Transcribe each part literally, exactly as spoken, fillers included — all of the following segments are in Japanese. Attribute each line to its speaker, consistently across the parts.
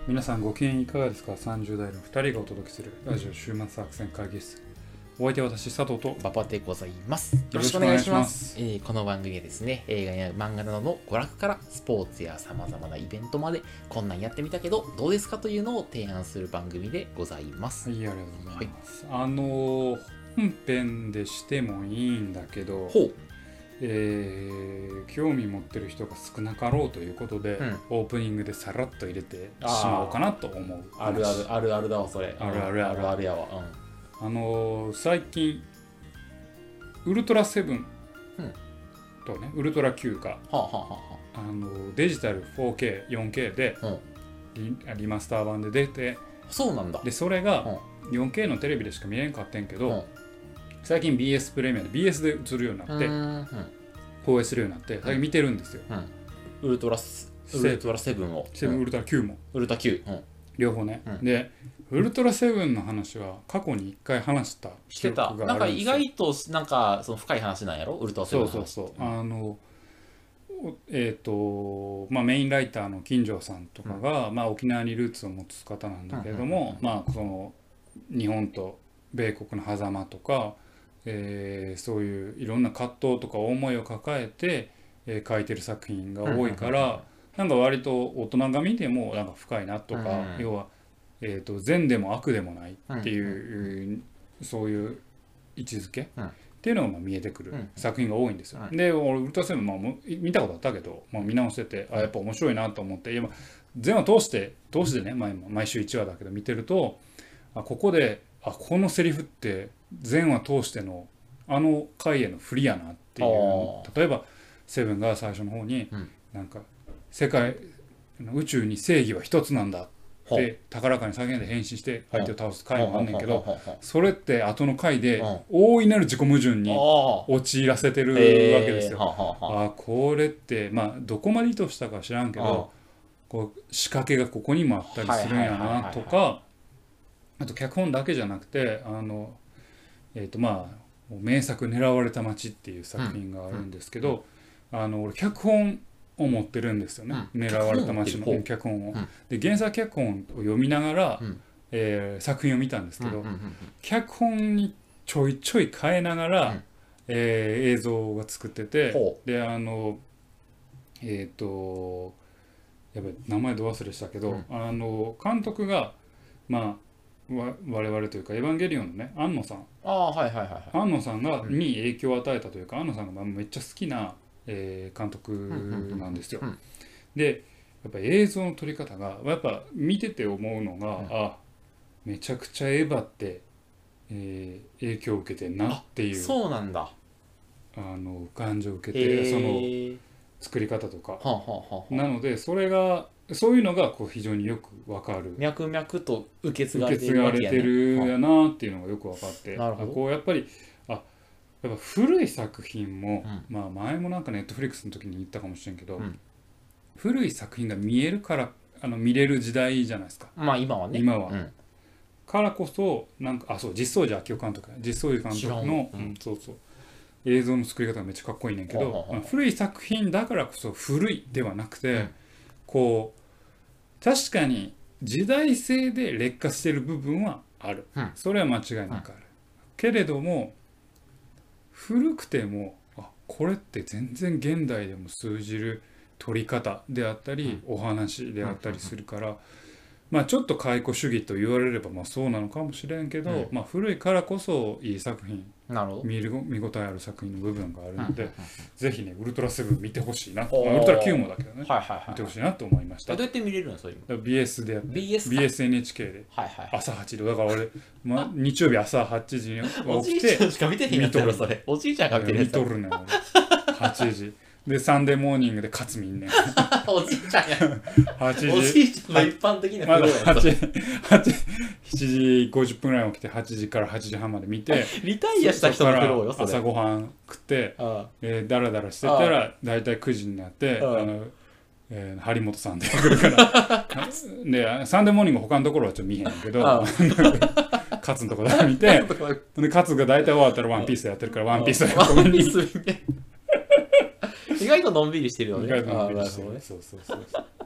Speaker 1: 皆さんご機嫌いかがですか？さんじゅう代のふたりがお届けするラジオ週末作戦会議室。お相手は私佐藤と
Speaker 2: 馬場でございます。よろしくお願いします。
Speaker 1: よろしくお願いします。
Speaker 2: えーこの番組はですね、映画や漫画などの娯楽からスポーツや様々なイベントまでこんなんやってみたけどどうですかというのを提案する番組でございます。
Speaker 1: はい、ありがとうございます。あのー本編でしてもいいんだけど、
Speaker 2: ほう。
Speaker 1: えー興味持ってる人が少なかろうということで、
Speaker 2: うん
Speaker 1: オープニングでさらっと入れてしまおうかなと思う話。
Speaker 2: あるあるあるあるだわそれ。
Speaker 1: あるあるやわ
Speaker 2: あるあるやわ。
Speaker 1: あのー最近ウルトラセブンとね、ウルトラ Q が、
Speaker 2: うん。はあ、はあは
Speaker 1: あのーデジタル フォーケー、よんケー で
Speaker 2: あはあ、
Speaker 1: リリマスター版で出て、
Speaker 2: そうなんだ。
Speaker 1: でそれが よんケー のテレビでしか見れんかったんけど、
Speaker 2: うん
Speaker 1: 最近 ビーエス プレミアで ビーエス で映るようになって
Speaker 2: うんうん
Speaker 1: 放映するようになって最近見てるんですよ。
Speaker 2: うん。ウルトラスウルトラセブンを。
Speaker 1: セブンウルトラ Q も
Speaker 2: ウルトラ Q。うん。
Speaker 1: 両方ね、
Speaker 2: うん
Speaker 1: でウルトラセブンの話は過去にいっかい話した
Speaker 2: してた。
Speaker 1: 記憶が
Speaker 2: なんか意
Speaker 1: あるんですよ。
Speaker 2: 外となんかその深い話なんやろウルトラセブンの話。
Speaker 1: そうそうそう、あのおえっ、とまあメインライターの金城さんとかが、まあ、沖縄にルーツを持つ方なんだけれども、まあその日本と米国の狭間とか、えーそういういろんな葛藤とか思いを抱えて、えー書いてる作品が多いから、なんか割と大人が見てもなんか深いなとか、
Speaker 2: うんうん
Speaker 1: 要は、えー、と善でも悪でもないっていう、そういう位置づけ、
Speaker 2: うん
Speaker 1: っていうのがまあ見えてくる
Speaker 2: うん
Speaker 1: 作品が多いんですよ。
Speaker 2: うん
Speaker 1: で俺ウルトラセブン、まあ、もう見たことあったけど、まあ、見直しててあやっぱ面白いなと思って今全話通して通してね、毎毎週いちわだけど見てるとあここであこのセリフって全話通してのあの回への振りやなっていう
Speaker 2: あ
Speaker 1: 例えばセブンが最初の方に、
Speaker 2: うん
Speaker 1: なんか世界宇宙に正義は一つなんだ
Speaker 2: ほう
Speaker 1: で高らかに叫んで変身して相手を倒す回もあんねんけど、
Speaker 2: ほうほうほうほう
Speaker 1: それって後の回で
Speaker 2: うん
Speaker 1: 大いなる自己矛盾に
Speaker 2: あ
Speaker 1: 陥らせてるわ
Speaker 2: あ
Speaker 1: けですよ。
Speaker 2: はあはあはあ
Speaker 1: あこれってまあどこまで意図したか知らんけどこう仕掛けがここにもあったりするんやなとか、あと脚本だけじゃなくてあのえっとまあ名作「狙われた街」っていう作品があるんですけど、あの俺脚本を持ってるんですよね、
Speaker 2: うん
Speaker 1: 狙われた街の
Speaker 2: 脚本を持ってる
Speaker 1: 脚本を。
Speaker 2: うん
Speaker 1: で原作脚本を読みながら、
Speaker 2: うん
Speaker 1: えー作品を見たんですけど、
Speaker 2: うんうんうん
Speaker 1: 脚本にちょいちょい変えながら、
Speaker 2: うん
Speaker 1: えー映像が作ってて、
Speaker 2: ほ
Speaker 1: であのえっ、とやばい名前ど忘れしたけど、
Speaker 2: うん
Speaker 1: あの監督がまあわ我々というか「エヴァンゲリオン」のね庵野さん
Speaker 2: ああはいはいはいはい
Speaker 1: 庵野さんが
Speaker 2: うん
Speaker 1: に影響を与えたというか庵野さんがまあめっちゃ好きな、えー監督なんですよ。
Speaker 2: うんうん
Speaker 1: でやっぱ映像の撮り方がやっぱ見てて思うのが、
Speaker 2: うん
Speaker 1: あめちゃくちゃエヴァって、えー影響を受けてんなっていう
Speaker 2: そうなんだ。
Speaker 1: あの感情を受け
Speaker 2: へ
Speaker 1: て、その
Speaker 2: え。
Speaker 1: 作り方とか
Speaker 2: はあはあはあはあ。
Speaker 1: なのでそれがそういうのがこう非常によくわかる
Speaker 2: 脈々と受け継が
Speaker 1: 受
Speaker 2: れてる
Speaker 1: け継がれ
Speaker 2: わけやね。
Speaker 1: てるやなっていうのがよく分かって
Speaker 2: なるほど
Speaker 1: あこうやっぱりあやっぱ古い作品も、
Speaker 2: うん
Speaker 1: まあ前もなんかネットフリックスの時に言ったかもしれんけど、
Speaker 2: うん
Speaker 1: 古い作品が見えるからあの見れる時代じゃないですか
Speaker 2: まあ今はね。
Speaker 1: 今は
Speaker 2: うん
Speaker 1: からこそなんかあそう実相寺明夫監督実相寺監
Speaker 2: 知らん
Speaker 1: 督の、
Speaker 2: うん
Speaker 1: うんそうそう映像の作り方がめっちゃかっこいいねんけど、
Speaker 2: ははは
Speaker 1: まあ古い作品だからこそ古いではなくて、
Speaker 2: うん
Speaker 1: こう確かに時代性で劣化してる部分はある、
Speaker 2: うん
Speaker 1: それは間違いなくある、けれども古くてもあこれって全然現代でも通じる撮り方であったり、お話であったりするから、まあちょっと解雇主義と言われればまあそうなのかもしれんけど、
Speaker 2: うん
Speaker 1: まあ古いからこそいい作品
Speaker 2: なるほど。
Speaker 1: 見る見応えある作品の部分があるので、
Speaker 2: うん
Speaker 1: ぜひねウルトラセブン見てほしいな、まあ
Speaker 2: おー
Speaker 1: ウルトラ Q もだけどね、
Speaker 2: はいはいはい。
Speaker 1: 見てほしいなと思いました。
Speaker 2: どうやって見れるのそれ今。
Speaker 1: だから ビーエス でやって
Speaker 2: ビーエス か
Speaker 1: ビーエスエヌエイチケー で
Speaker 2: はいはい。
Speaker 1: 朝はちじだから俺、ま、日曜日朝はちじに
Speaker 2: おじ
Speaker 1: 起きて
Speaker 2: いちゃんしか見てへんやつやろそれ。おじいちゃんが見てるや
Speaker 1: 見
Speaker 2: つやろ。
Speaker 1: とるねん俺はちじでサンデーモーニングで勝つみんねん
Speaker 2: おじいちゃんや。
Speaker 1: はち
Speaker 2: お
Speaker 1: じ
Speaker 2: じいちゃんの一般的な
Speaker 1: まだ
Speaker 2: フローやんそれ
Speaker 1: はち しちじごじゅっぷんぐらい起きてはちじからはちじはんまで見て
Speaker 2: リタイアした人のフローよ
Speaker 1: そこから
Speaker 2: それ。
Speaker 1: 朝ごはん食って
Speaker 2: あ
Speaker 1: えー、だらだらしてたら大体くじになってあ
Speaker 2: うん
Speaker 1: の、えー、張本さん出てくるからでサンデーモーニング他のところはちょっと見へんけど
Speaker 2: あ
Speaker 1: カツのところだけ見てでカツが大体終わったらワンピースやってるからワンピース
Speaker 2: ワンピー
Speaker 1: に
Speaker 2: ス見て。意外とのんびりしてるよね。
Speaker 1: 意外とのんびりして
Speaker 2: あーなるほどね
Speaker 1: るそうそうそうそううん見て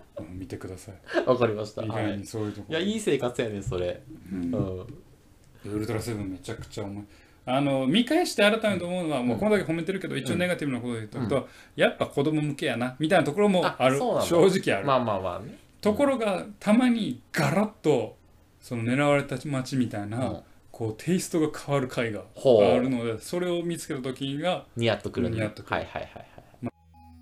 Speaker 1: てください。
Speaker 2: わかりました。
Speaker 1: 意外にそういうとこ、
Speaker 2: はい、いやいい生活やねそれ、
Speaker 1: うん
Speaker 2: うん、
Speaker 1: ウルトラセブンめちゃくちゃ重い。あの見返して改めて思うのは、うん、もうこのだけ褒めてるけど、一応ネガティブなことで言うと、うん、やっぱ子供向けやなみたいなところもある。あ正直ある。
Speaker 2: まあまあまあね。
Speaker 1: ところがたまにガラッとその狙われた街みたいな、うん、こうテイストが変わる回があるので、それを見つけた時が
Speaker 2: ニヤッとくる。
Speaker 1: ニヤッとくる。
Speaker 2: はいはいはいはい。ま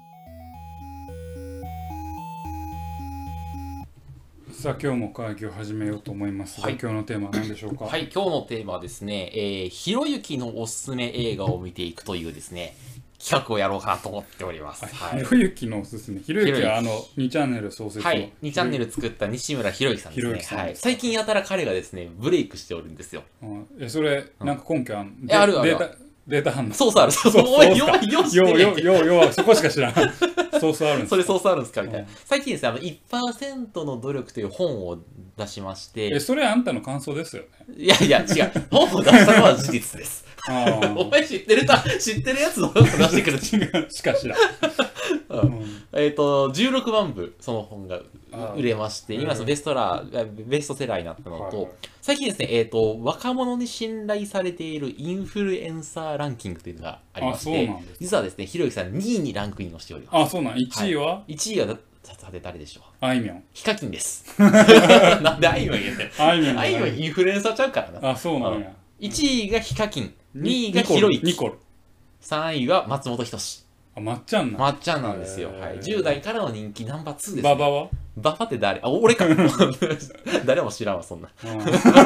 Speaker 1: さあ今日も会議を始めようと思いますが、はい、今日のテーマは何でしょうか。
Speaker 2: はい、今日のテーマはですね、えー、ひろゆきのおすすめ映画を見ていくというですね企画をやろうかなと思っております。
Speaker 1: ひろゆきのおすすめ。ひろゆきはあのにチャンネル創設の、
Speaker 2: はい、にチャンネル作った西村ひろゆきさんですね。はい、最近やたら彼がですねブレイクしておるんですよ。
Speaker 1: えそれなんか根拠ある？
Speaker 2: えあるある。
Speaker 1: データデータ反応。
Speaker 2: ソースある。そうそう。お前弱いよ知ってるやんけ。
Speaker 1: よよよよそこしか知らん。ソースあるんですか。
Speaker 2: それソースあるんですかみたいな。最近ですねあの いちパーセント の努力という本を出しまして。
Speaker 1: えそれあんたの感想ですよね。
Speaker 2: いやいや違う。本を出したのは事実です。お前知ってるた知ってるやつの本を出してくる。
Speaker 1: 違うしかしら。
Speaker 2: うん、えっとじゅうろくまんぶその本が売れまして、今そのベストラーベストセラーになったのと、はいはい、最近ですね、えーと、若者に信頼されているインフルエンサーランキングというのがありまして、実はですね、ひろゆきさんにいにランクインをしております。
Speaker 1: あ、そうなん。いちいは、
Speaker 2: はい、いちいはさて誰でしょう。
Speaker 1: あいみょん。
Speaker 2: ヒカキンです。なんであいみょん言ってんの。
Speaker 1: あいみょん。
Speaker 2: あいみょんインフルエンサーちゃうからな。
Speaker 1: あ、そうなんや。
Speaker 2: いちいがヒカキン、にいがひろゆき、
Speaker 1: ニコル。
Speaker 2: さんいは松本人志。
Speaker 1: あ、まっちゃんな。
Speaker 2: まっちゃんなんですよ。はい。じゅう代からの人気ナンバーツーです、ね。
Speaker 1: ババは
Speaker 2: ババって誰あ、俺か。誰も知らんわ、そんな。
Speaker 1: ボ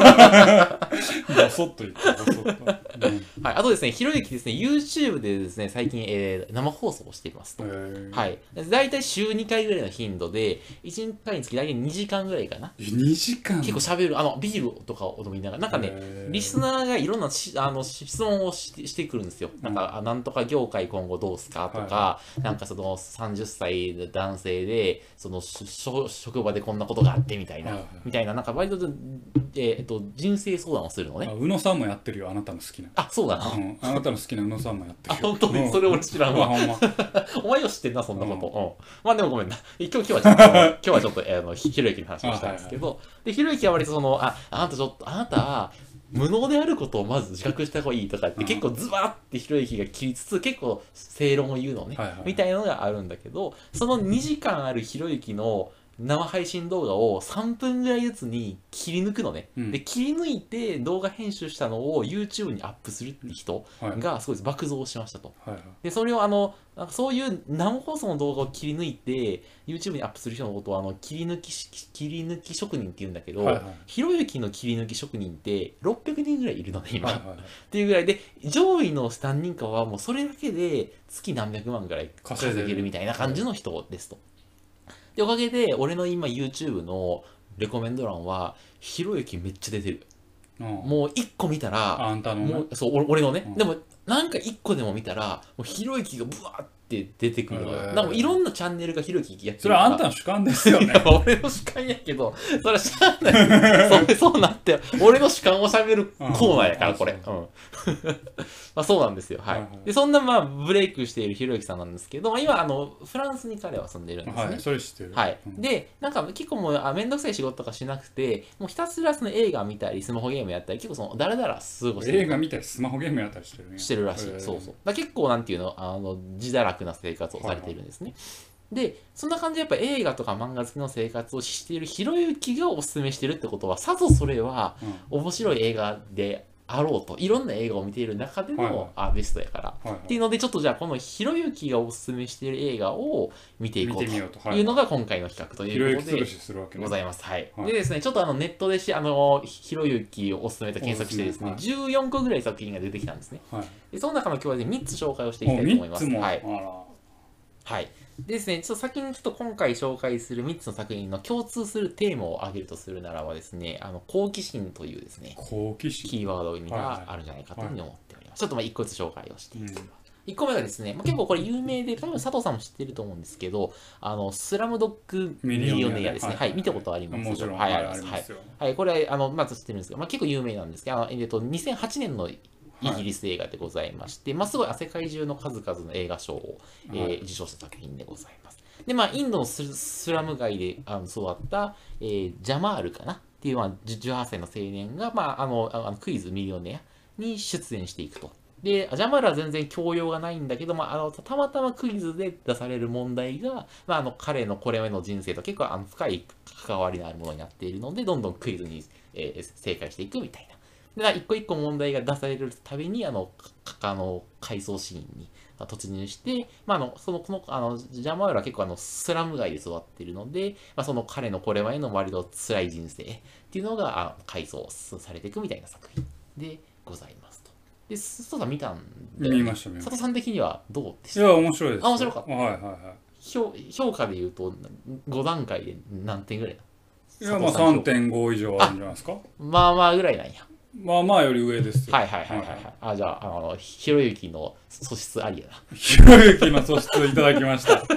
Speaker 1: ソッと言った、ボソッと。
Speaker 2: うん、はい。あとですね、ひろゆきですね、YouTube でですね、最近、えー、生放送をしていますと。はい。だいたい週にかいぐらいの頻度で、いちかいにつきだいたいにじかんぐらいかな。
Speaker 1: にじかん
Speaker 2: 結構喋る、あの、ビールとかを飲みながら、なんかね、リスナーがいろんなしあの質問をししてくるんですよ。なんか、うん、なんとか業界今後どうすかとか、はい、なんかそのさんじゅっさいの男性で、その職場でこんなことがあってみたいな、はいはい、みたいな、なんか割と、えー、っと人生相談をするのね。
Speaker 1: 宇野さんもやってるよ、あなたの好きな。
Speaker 2: あ、そうだな。
Speaker 1: うん、あなたの好きな宇野さんもやってるよ。
Speaker 2: あ、本当に、それ俺知らんわ。
Speaker 1: ほんま。
Speaker 2: お前よ知ってんな、そんなこと。うんうん、まあでもごめんな。今日、今日はちょっと、今日はちょっと、あの、ひろゆきの話をしたんですけど、はいはい、で、ひろゆきは割とその、あ、あなたちょっと、あなた、無能であることをまず自覚した方がいいとかって結構ズバッてひろゆきが切りつつ結構正論を言うのね、はいはい、みたいなのがあるんだけど、そのにじかんあるひろゆきの生配信動画をさんぷんぐらいずつに切り抜くのね、うん、で切り抜いて動画編集したのを YouTube にアップするって人がすごい爆増しましたと、はいはい、でそれをあのなんかそういう生放送の動画を切り抜いて YouTube にアップする人のことをあの切り抜き切り抜き職人って言うんだけど、はいはい、ひろゆきの切り抜き職人ってろっぴゃくにんぐらいいるのね今、はいはいはい、っていうぐらいで上位の何人かはもうそれだけで月何百万ぐらい稼げるみたいな感じの人ですと。でおかげで俺の今 YouTube のレコメンド欄はひろゆきめっちゃ出てる、うん、もういっこ見たら
Speaker 1: あんたの、ね、
Speaker 2: もうそう俺のね、うん、でもなんかいっこでも見たらもうひろゆきがブワーって出てくるのよ。なんかいろんなチャンネルがひろゆきやってるから。
Speaker 1: それはあんたの主観ですよね。
Speaker 2: 俺の主観やけど、それはしゃあない。そうなって、俺の主観をしゃべるコーナーやから、これ。うん。まあそうなんですよ。はい。で、そんなまあブレイクしているひろゆきさんなんですけど、まあ、今、あの、フランスに彼は住んでいるんですね。
Speaker 1: はい、それ知ってる。
Speaker 2: はい。で、なんか結構もう、あめんどくさい仕事とかしなくて、もうひたすらその映画見たり、スマホゲームやったり、結構その、だらだら過ごしてる。
Speaker 1: 映画見たり、スマホゲームやったりしてるね。
Speaker 2: してるらしい。そうそう。だ結構なんていうの、あの、自堕落な生活をされているんですね。はいはい、で、そんな感じでやっぱ映画とか漫画好きの生活をしているひろゆきがおすすめしてるってことは、さぞそれは面白い映画であろうと、いろんな映画を見ている中での、はいはい、あベストやから、はいはい、っていうので、ちょっとじゃあこのひろゆきがおすすめしている映画を見ていこうというのが今回の企画ということでございます。はい。はい、でですね、ちょっとあのネットでし、あの、ひろゆきをおすすめと検索してですね、はい、じゅうよんこぐらい作品が出てきたんですね。はい、でその中の今日は、ね、みっつ紹介をしていきたいと思います。はい。はい。でですね、ちょっと先にちょっと今回紹介するみっつの作品の共通するテーマを挙げるとするならばですね、あの好奇心というですね、
Speaker 1: 好奇心
Speaker 2: キーワードがあるんじゃないかというふうに思っております。はいはい、ちょっとまあいっこずつ紹介をしていきます。うん、いっこめがですね、まあ、結構これ有名で、多分佐藤さんも知ってると思うんですけど、あのスラムドッグミリオネアですね。はい、はい、見たことあります。
Speaker 1: もちろん、
Speaker 2: はい、
Speaker 1: あります。はい、
Speaker 2: はい、これ、あのまず知ってるんですけど、まあ、結構有名なんですけど、あのえっと、にせんはちねんのイギリス映画でございまして、はい、まあ、すごい世界中の数々の映画賞を、えー、受賞した作品でございます。 で、まあ、インドのススラム街であの育った、えージャマールかなっていう、まあ、じゅじゅうはっさいの青年が、まあ、あのあのクイズミリオネアに出演していくと。で、ジャマールは全然教養がないんだけど、まあ、あのたまたまクイズで出される問題が、まあ、あの彼のこれまでの人生と結構あの深い関わりのあるものになっているので、どんどんクイズに、えー正解していくみたいな。で、一個一個問題が出されるたびに、あの、かあの回想シーンに突入して、まあ、あの、その、この、あの、ジャマールは結構あの、スラム街で育っているので、まあ、その彼のこれまでの割と辛い人生っていうのが、あ回想されていくみたいな作品でございますと。で、佐藤さん見たんで、
Speaker 1: 見ました見ました。
Speaker 2: 佐藤さん的にはどうでした？
Speaker 1: いや面白いです。
Speaker 2: あ、面白かった。
Speaker 1: はいはいはい。
Speaker 2: 評評価で言うとご段階で何点ぐらい
Speaker 1: いやまあ さんてんご 以上あるんじゃないですか。
Speaker 2: まあまあぐらいなんや。
Speaker 1: まあまあより上ですよ。
Speaker 2: はいはいはいはい、はい、あ、じゃあ、あの、ひろゆきの素質ありやな。
Speaker 1: ひろゆきの素質いただきました。はい。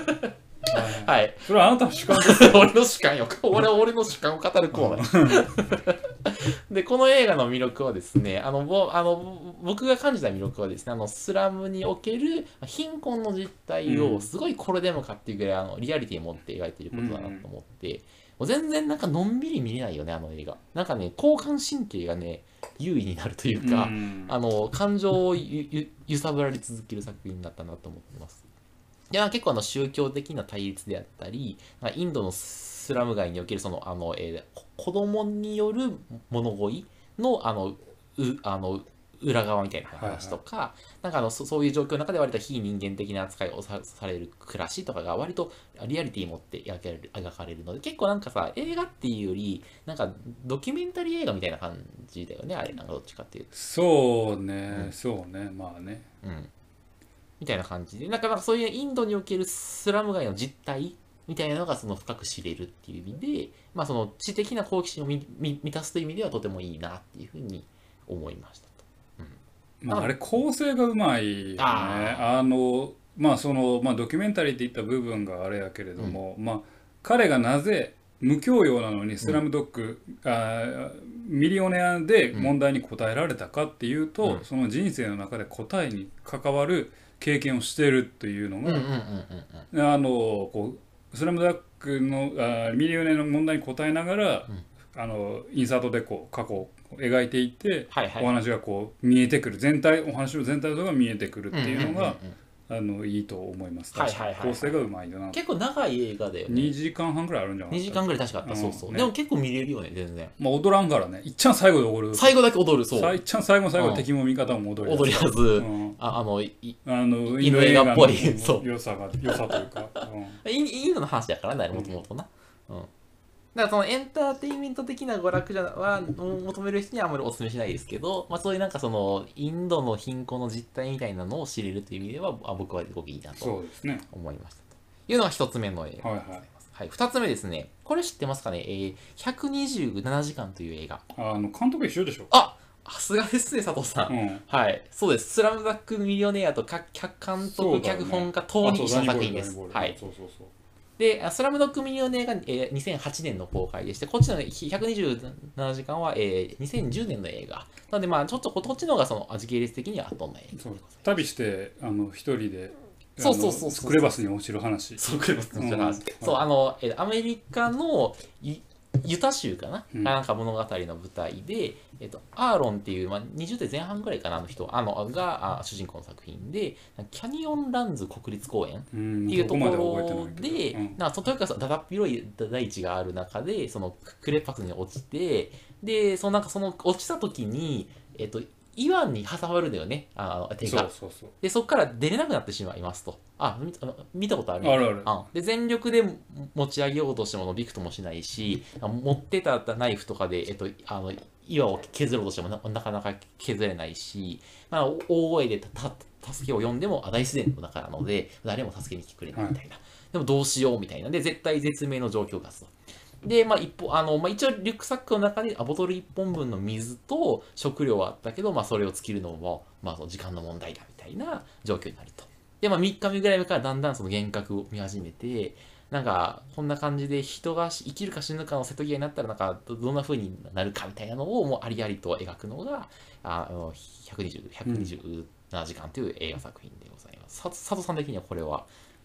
Speaker 2: はい、
Speaker 1: それはあなたの主観ですよ。
Speaker 2: 俺の主観よ。俺は俺の主観を語るコーナー。で、この映画の魅力はですね、あの、ぼあの僕が感じた魅力はですね、あの、スラムにおける貧困の実態をすごいこれでもかっていうぐらい、あの、リアリティを持って描いていることだなと思って、もう全然なんかのんびり見れないよね、あの映画。なんかね、交感神経がね、優位になるというか、うん、あの感情をゆゆ揺さぶられ続ける作品だったなと思ってます。いや結構あの宗教的な対立であったり、インドのスラム街におけるそのあの、えー、子供による物乞いのあのうあの裏側みたいな話とか、はいはい、なんかあの そ, そういう状況の中で割と非人間的な扱いを さ, される暮らしとかが割とリアリティ持って描かれる描かれるので、結構なんかさ、映画っていうよりなんかドキュメンタリー映画みたいな感じだよね、あれ。なんかどっちかっていうと
Speaker 1: そうね、うん、そうね、まあね、
Speaker 2: うんみたいな感じで、なんかなんかそういうインドにおけるスラム街の実態みたいなのがその深く知れるっていう意味で、まあその知的な好奇心を満たすという意味ではとてもいいなっていうふうに思いました。
Speaker 1: まあ、あれ構成がうまいよね。あのまあその、まあ、ドキュメンタリーっていった部分があれやけれども、うん、まあ彼がなぜ無教養なのにスラムドッグ、うん、あミリオネアで問題に答えられたかっていうと、うん、その人生の中で答えに関わる経験をしてるっていうのが、あのこうスラムダッグのあミリオネアの問題に答えながら、うん、あのインサートでこう過去描いていって、はいはい、お話がこう見えてくる、全体お話の全体像が見えてくるっていうのが、あのいいと思います。確かに構成がうまいな。
Speaker 2: 結構長い映画だよね。
Speaker 1: にじかんはんくらいあるんじゃない
Speaker 2: ですか。にじかんぐらい確かあった、うん、そうそう、ね、でも結構見れるよね全然。
Speaker 1: まあ踊らんからね、いっちゃん最後で踊る、
Speaker 2: 最後だけ踊る、そう
Speaker 1: いっちゃん最後の最後で敵も味方も踊り
Speaker 2: 踊りはず、うん、ああのい
Speaker 1: あの
Speaker 2: インド映画っぽい
Speaker 1: 良さが良さというか、
Speaker 2: うん、インドの話だからねもともとな、うんだからそのエンターテインメント的な娯楽じゃは求める人にはあまりお勧めしないですけど、まあ、そういうなんかそのインドの貧困の実態みたいなのを知れるという意味では僕はすごくいいなと思いましたというのが一つ目の映画でございます。はいはいはい、ふたつめですね、これ知ってますかね、えー、ひゃくにじゅうななじかんという映画。
Speaker 1: あの監督一緒でしょ。
Speaker 2: あさすがですね佐藤さん、うん、はいそうです。スラムダッグミリオネアと監督、脚本家等に一緒の作品です。はいそうそうそうで、スラムドッグミリオネアが、えー、にせんはちねんの公開でして、こっちのひゃくにじゅうななじかんは、えー、にせんじゅうねんの映画。なので、まあ、ちょっとこっちの方がその時系列的にはどんな映画そう
Speaker 1: 旅して、あの、一人で、
Speaker 2: そうそうそうそう。
Speaker 1: クレバスに落ちる話。
Speaker 2: そう、クレバスに落ちる話。うん、そう、あの、えー、アメリカのユタ州かな、うん、なんか物語の舞台で、えっと、アーロンっていう、まあ、にじゅうだいぜん半ぐらいかな、あの人あのがあ主人公の作品で、キャニオンランズ国立公園っていうところで、うん、なんかとにかくだだっ広い大地がある中で、そのクレパスに落ちて、で、そのなんかその落ちた時に、えっと、岩に挟まるんだよね、あの手が。そうそうそうで、そこから出れなくなってしまいますと。あ、あの見たことある、
Speaker 1: あるある、
Speaker 2: うん。で、全力で持ち上げようとしてもびくともしないし、持ってたナイフとかで、えっと、あの岩を削ろうとしても な, なかなか削れないし、まあ、大声でたた助けを呼んでも大自然の中なので、誰も助けに来てくれないみたいな。はい、でもどうしようみたいな。で、絶対絶命の状況がすと。で、まあ一方、あの、まあ一応リュックサックの中にボトルいっぽんぶんの水と食料はあったけど、まあそれを尽きるのも、まあその時間の問題だみたいな状況になると。で、まあみっかめぐらいからだんだんその幻覚を見始めて、なんか、こんな感じで人が生きるか死ぬかの瀬戸際になったら、なんか、どんな風になるかみたいなのをもうありありと描くのが、あの、ひゃくにじゅう、ひゃくにじゅうななじかんという映画作品でございます。うん、佐藤さん的にはこれは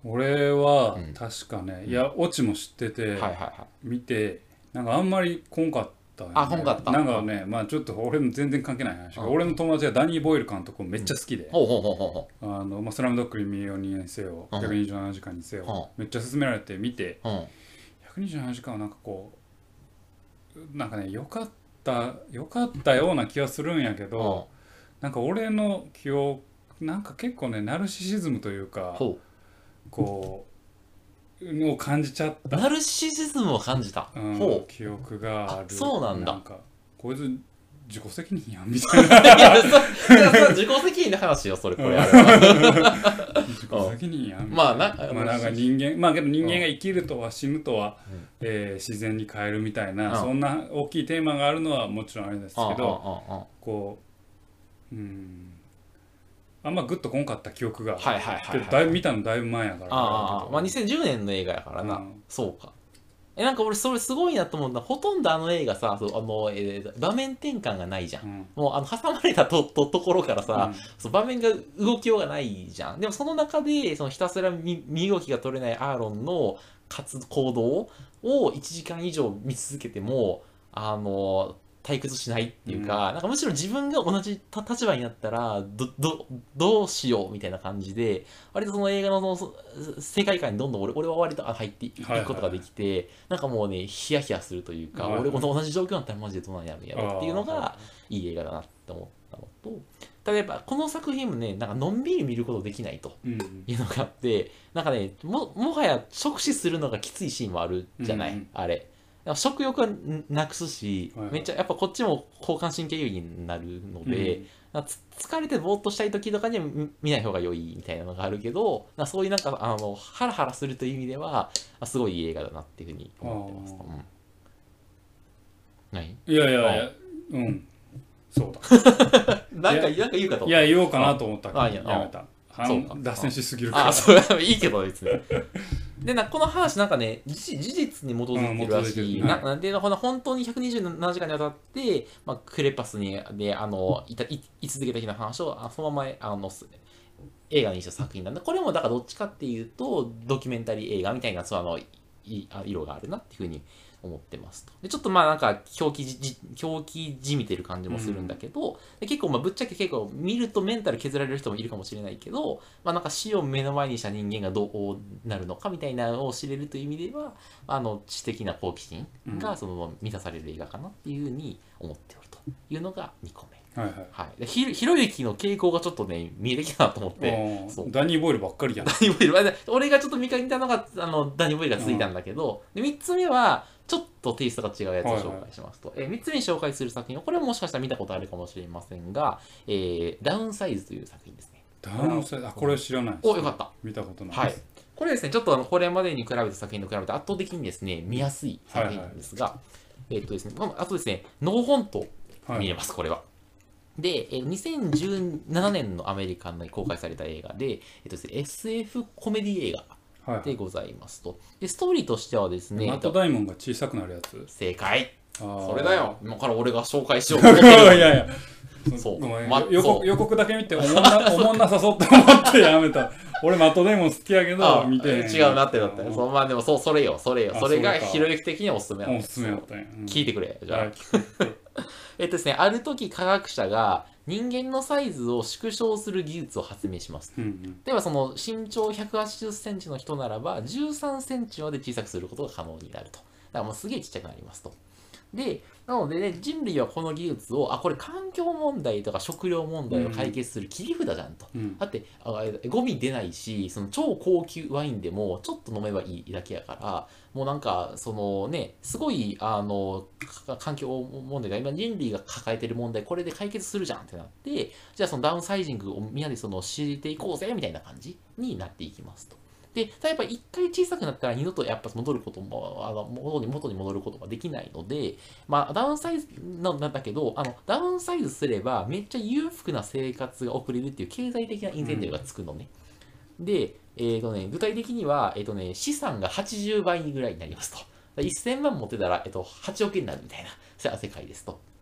Speaker 1: 俺は
Speaker 2: うん
Speaker 1: 確かね、
Speaker 2: うん
Speaker 1: いやオチも知ってて、
Speaker 2: はいはいはい。
Speaker 1: 見てなんかあんまりこんかったよね。
Speaker 2: あこんかった
Speaker 1: なんかね、まあちょっと俺も全然関係ない話が、
Speaker 2: うん
Speaker 1: 俺の友達がダニー・ボイル監督めっちゃ好きで、
Speaker 2: ほうほうほうほうほ
Speaker 1: あのまあ、スラムドッグに見ようにせよ、
Speaker 2: うん
Speaker 1: ひゃくにじゅうななじかんにせよ、
Speaker 2: う
Speaker 1: めっちゃ勧められて見て、
Speaker 2: う。うん。
Speaker 1: ひゃくにじゅうななじかんはなんかこうなんかね、よかったよかったような気はするんやけど、なんか俺の記憶なんか結構ねナルシシズムというか、
Speaker 2: ほ
Speaker 1: こうを感じちゃっ
Speaker 2: う。
Speaker 1: た、
Speaker 2: ナルシシズムを感じた。
Speaker 1: うん、
Speaker 2: ほう。
Speaker 1: 記憶がある。
Speaker 2: あそうなんだ
Speaker 1: なんかこいつ自己責任やんみたいな。
Speaker 2: いや、そ、それは自己責任の話よ、それ、これあれは。
Speaker 1: 自己責任やんみたい
Speaker 2: まあな、
Speaker 1: まあなんか人間まあけど人間が生きるとは死ぬとは、
Speaker 2: うん
Speaker 1: えー自然に変えるみたいな、
Speaker 2: うん
Speaker 1: そんな大きいテーマがあるのはもちろんあれですけど、
Speaker 2: うんうんうんうん
Speaker 1: こううんあんまグッとこんかった記憶が、
Speaker 2: はいはいはいはい
Speaker 1: けどだいぶ見たのだいぶ前やから、
Speaker 2: ああ、まあにせんじゅうねんの映画やからな。
Speaker 1: うん
Speaker 2: そうか。え、なんか俺それすごいなと思うのは、ほとんどあの映画さ、そうあの、えー場面転換がないじゃん。
Speaker 1: うん
Speaker 2: もうあの挟まれたととところからさ、
Speaker 1: うん
Speaker 2: そう場面が動きようがないじゃん。でもその中で、そのひたすら身身動きが取れないアーロンの活行動をいちじかん以上見続けても、あの、退屈しないっていうか、なんかむしろ自分が同じた立場になったら、ど、ど、どうしようみたいな感じで、割とその映画のその世界観にどんどん俺俺は割とあ入っていくことができて、なんかもうね、ヒヤヒヤするというか、
Speaker 1: はいはい
Speaker 2: 俺この同じ状況だったらマジでどうなんやろうやろっていうのが、いい映画だなって思ったのと、ただやっぱこの作品もね、なんかのんびり見ることできないと
Speaker 1: うん
Speaker 2: いうのがあって、なんかね、も、もはや直視するのがきついシーンもあるじゃない、
Speaker 1: うん
Speaker 2: あれ。食欲はなくすし、
Speaker 1: はいはい
Speaker 2: めっちゃやっぱこっちも交感神経優位になるので、なんかつ疲れてぼーっとしたい時とかには見見ない方が良いみたいなのがあるけど、なんかそういうなんかあのハラハラするという意味ではあすごいいい映画だなっていうふうに思ってます。
Speaker 1: あー
Speaker 2: うん、何
Speaker 1: いやいやいや、うんそうだ。
Speaker 2: なんかなんか言うかと思
Speaker 1: いや言おうかなと思ったけど
Speaker 2: あいや
Speaker 1: やめた。は
Speaker 2: そうか
Speaker 1: ん脱線しすぎるから。
Speaker 2: あ、それはいいけど別に。でなこの話なんかね事事実に基づいてるらしい、
Speaker 1: うん基づいてる
Speaker 2: なでこの本当にひゃくにじゅうななじかんにわたって、まあ、クレパスにであのいたい居続けた日の話をあそのままあのす映画にした作品なんで、これもだからどっちかっていうとドキュメンタリー映画みたいなそうあのいあ色があるなっていうふうに思ってますと。でちょっとまあなんか狂気じじ狂気じみてる感じもするんだけど、で結構まあぶっちゃけ結構見るとメンタル削られる人もいるかもしれないけど、まあなんか死を目の前にした人間がどうなるのかみたいなのを知れるという意味では、あの知的な好奇心がそのまま満たされる映画かなっていうふうに思っておるというのがにこめ。
Speaker 1: はいはい。
Speaker 2: はい、でひひろゆきの傾向がちょっとね見えてきたなと思って
Speaker 1: うん
Speaker 2: そう
Speaker 1: ダニー・ボイルばっかりやん。
Speaker 2: ダニー・ボイルまあ俺がちょっと見かけたのがあのダニー・ボイルがついたんだけど、でみっつめはちょっとテイストが違うやつを紹介しますと、えーみっつめに紹介する作品はこれはもしかしたら見たことあるかもしれませんが、えーダウンサイズという作品ですね。
Speaker 1: ダウンサイズ、あ、これ知らないです。
Speaker 2: およかった。
Speaker 1: 見たことない
Speaker 2: はい
Speaker 1: です。
Speaker 2: これですねちょっとあのこれまでに比べた作品と比べて圧倒的にですね見やすい作品なんですが、えーっとですねまああとですねノーフォント見えます、これは。で、えーにせんじゅうななねんのアメリカに公開された映画で、えっとですね、エスエフ コメディ映画
Speaker 1: はい
Speaker 2: でございますと。で、ストーリーとしてはですね、
Speaker 1: マット・ダイモンが小さくなるやつ。
Speaker 2: 正解。
Speaker 1: そ
Speaker 2: それだよ。今から俺が紹介しようと思ってる
Speaker 1: いやいや。
Speaker 2: そう
Speaker 1: ごめん、
Speaker 2: ま
Speaker 1: 予
Speaker 2: そう
Speaker 1: 告予告だけ見ておもんなおもんなさそうって思ってやめた。俺マット・ダイモン好きやけど
Speaker 2: あ
Speaker 1: 見てへん。
Speaker 2: 違うなってなったよ。そうまあでもそう、それよ、それよ。
Speaker 1: あ
Speaker 2: それが
Speaker 1: それか
Speaker 2: ひろゆき的にはおすすめなの
Speaker 1: おすすめだったんや。うん
Speaker 2: 聞いてくれ。じゃあ
Speaker 1: はい。聞く
Speaker 2: えっとですね、ある時科学者が人間のサイズを縮小する技術を発明します。
Speaker 1: うんうん
Speaker 2: 例えばその身長ひゃくはちじゅっセンチの人ならばじゅうさんセンチまで小さくすることが可能になると。だからもうすげえちっちゃくなりますと。で、なのでね、人類はこの技術を、あ、これ環境問題とか食料問題を解決する切り札じゃんと。
Speaker 1: うん
Speaker 2: だってあ、ゴミ出ないし、その超高級ワインでもちょっと飲めばいいだけやから、もうなんか、そのね、すごい、あの、か環境問題が、今人類が抱えてる問題、これで解決するじゃんってなって、じゃあそのダウンサイジングをみんなでその知っていこうぜ、みたいな感じになっていきますと。で、例えば一回小さくなったら二度とやっぱ戻ることも、あの元に元に戻ることができないので、まあダウンサイズなんだけど、あのダウンサイズすればめっちゃ裕福な生活が送れるっていう経済的なインセンティブがつくのね。うん、で、えーとね、具体的には、えーとね、資産がはちじゅうばいぐらいになりますと。せんまん持ってたら、えっと、はちおくえんになるみたいな世界ですと。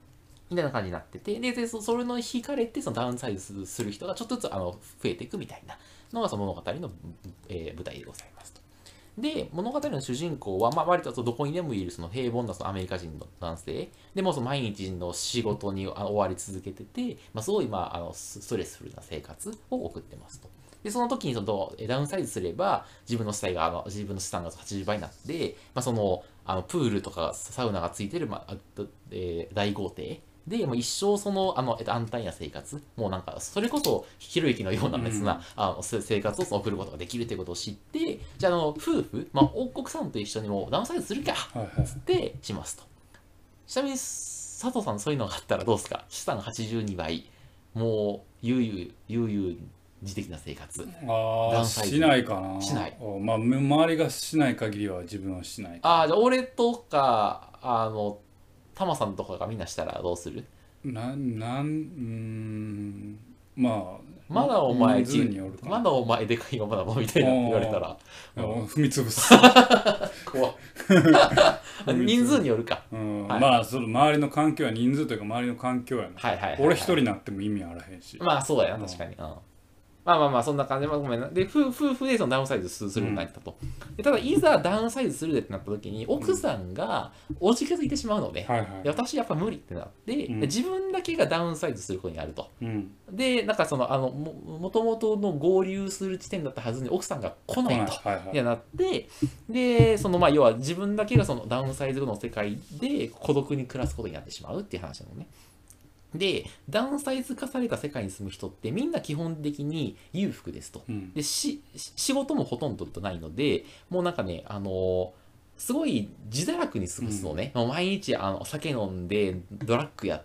Speaker 2: みたいな感じになってて、で、でそそれの引かれて、そのダウンサイズする人がちょっとずつあの増えていくみたいなのがその物語の、えー舞台でございますと。で、物語の主人公は、まあ、割とどこにでもいるその平凡なそのアメリカ人の男性でもその毎日の仕事にあの追われ続けてて、まあ、すごい、まあ、あのスストレスフルな生活を送ってますと。で、その時にそのダウンサイズすれば、自分の死体が、あの自分の資産がはちじゅうばいになって、まあ、その、あのプールとかサウナがついてる、まあえー大豪邸で、もう一生その、あの、えっと、安泰な生活、もうなんか、それこそ、ひろゆきのような別な、うん、あの生活をその送ることができるということを知って、じゃあ、あの、夫婦、まあ、奥さんと一緒にもうダウンサイズするか、つってしますと。ちなみに、佐藤さん、そういうのがあったらどうですか？資産はちじゅうにばい、もう、悠々、悠々自適な生活。
Speaker 1: ああ、しないかな。
Speaker 2: しない。
Speaker 1: まあ、周りがしない限りは自分はしない。
Speaker 2: ああ、じゃあ、俺とか、あの、タマさんとかがみんなしたらどうする？
Speaker 1: な、なん、うーん、まあ、
Speaker 2: まだお前、
Speaker 1: 人数によるかな。
Speaker 2: まだお前でかいよ、まだもみたいなって言われたら。
Speaker 1: 踏み潰す。
Speaker 2: 怖っ。人数によるか。
Speaker 1: うんはい、まあ、その周りの環境や人数というか周りの環境やな。
Speaker 2: はいはいはいはい、
Speaker 1: 俺一人になっても意味あらへんし。
Speaker 2: まあ、そうだよな、確かに。うんまあまあまあ、そんな感じで、まあ、ごめんな。で、夫婦でそのダウンサイズするようになったと。でただ、いざダウンサイズするでってなった時に、奥さんがおじけづいてしまうので、
Speaker 1: はいはい、
Speaker 2: で私やっぱ無理ってなって、うん、で自分だけがダウンサイズすることになると。
Speaker 1: うん、
Speaker 2: で、なんかその、あの、も、もともとの合流する地点だったはずに奥さんが来ないと。はいはい、なって、で、その、まあ、要は自分だけがそのダウンサイズ後の世界で孤独に暮らすことになってしまうっていう話なのね。で、ダウンサイズ化された世界に住む人ってみんな基本的に裕福ですと。うん、でし、仕事もほとんどないので、もうなんかね、あのー、すごい自堕落に過ごすのね。うん、もう毎日あの酒飲んで、ドラッグやって、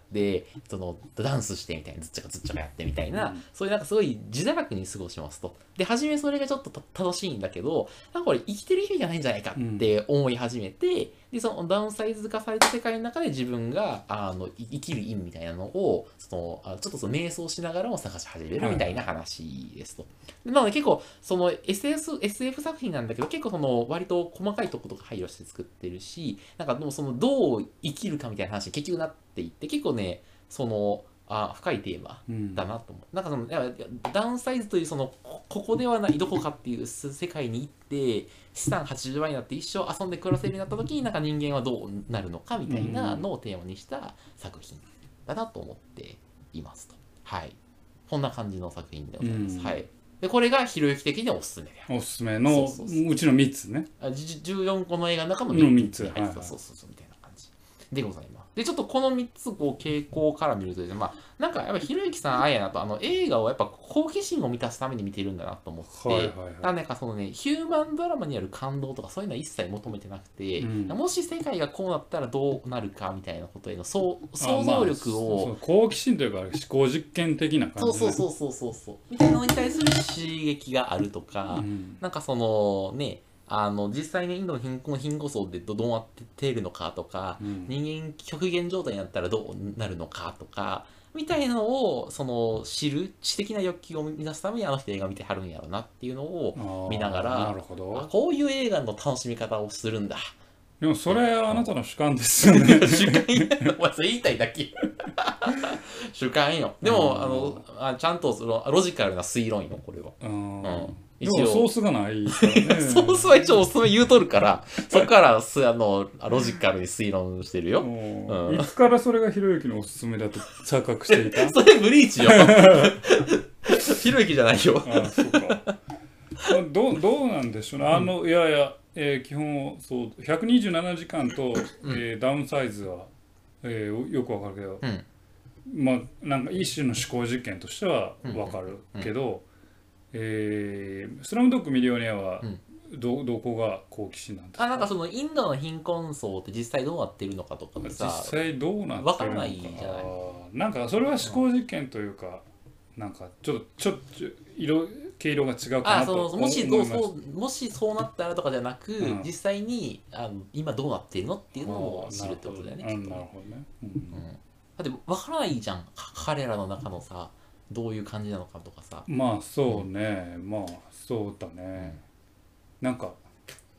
Speaker 2: そのダンスしてみたいな、ずっちゃかずっちゃかやってみたいな、うん、そういうなんかすごい自堕落に過ごしますと。で、初めそれがちょっと楽しいんだけど、なんかこれ生きてる意味がないんじゃないかって思い始めて、うんで、そのダウンサイズ化された世界の中で自分があの生きる意味みたいなのをそのあちょっとその瞑想しながらも探し始めるみたいな話ですと。なので結構その エスエフ、エスエフ 作品なんだけど結構その割と細かいところとか配慮して作ってるし、なんかでもそのどう生きるかみたいな話に結局なっていって結構ね、そのあ深いテーマだなと思う。うん、なんかそのダウンサイズというそのここではないどこかっていう世界に行って資産はちじゅうばいになって一生遊んで暮らせるようになった時になんか人間はどうなるのかみたいなのをテーマにした作品だなと思っていますと。はい。こんな感じの作品でございます。うん、はい。でこれがひろゆき的にはおすすめである。
Speaker 1: おすすめのそうそうそううちのみっつね。
Speaker 2: じゅうよんこの映画の中の
Speaker 1: みっつ
Speaker 2: に入ってた。そうそうそうみたいな感じでございます。で、ちょっとこのみっつこう傾向から見るとですね、まあ、なんかやっぱひろゆきさんあれやなと、あの映画をやっぱ好奇心を満たすために見てるんだなと思って、はいはいはい、なんかそのね、ヒューマンドラマにある感動とかそういうのは一切求めてなくて、うん、もし世界がこうなったらどうなるかみたいなことへの想像力を、
Speaker 1: まあ、好奇心というか思考実験的な感じ、
Speaker 2: ね、そうそうそうそうそうみたいなのに対する刺激があるとか、うん、なんかそのね、あの実際にインドの貧困貧困層でどうなっているのかとか、うん、人間極限状態になったらどうなるのかとかみたいなのをその知る知的な欲求を満たすためにあの人映画見てはるんやろうなっていうのを見ながら、
Speaker 1: なるほど、
Speaker 2: あこういう映画の楽しみ方をするんだ。
Speaker 1: でもそれはあなたの主観ですよね。
Speaker 2: 主観やお前それ言いたいだけ。主観よ。でもあのあちゃんとそのロジカルな推論よこれは。
Speaker 1: うんでもソースがないからね。
Speaker 2: ソースは一応おすすめ言うとるから、そこからすあのロジカルに推論してるよ。
Speaker 1: うん、いつからそれがひろゆきのおすすめだと錯覚していた？
Speaker 2: それブリーチよ。ひろゆきじゃないよ。
Speaker 1: ああ、そうか。どう、どうなんでしょうね。あの、うん、いやいや、えー、基本そうひゃくにじゅうななじかんと、うんえー、ダウンサイズは、えー、よくわかるけど、うん、まあなんか一種の思考実験としてはわかるけど。うんうんうんえー、スラムドッグミリオネアはど、うん、どこが好奇心なんですか？
Speaker 2: あなんかそのインドの貧困層って実際どうなってるのかとかさ
Speaker 1: 実際どうなってるのか
Speaker 2: 分からないじゃない。
Speaker 1: なんかそれは思考実験というか、うん、なんかちょっとちょっと色毛色が違うかなと思いました。
Speaker 2: もしそうもしそうなったらとかじゃなく、うん、実際にあの今どうなってるのっていうのを知るってことだよね。
Speaker 1: なるほどね、うんうん、
Speaker 2: だって分からないじゃん彼らの中のさどういう感じなのかとかさ。
Speaker 1: まあそうね、うん、まあそうだね、うん、なんか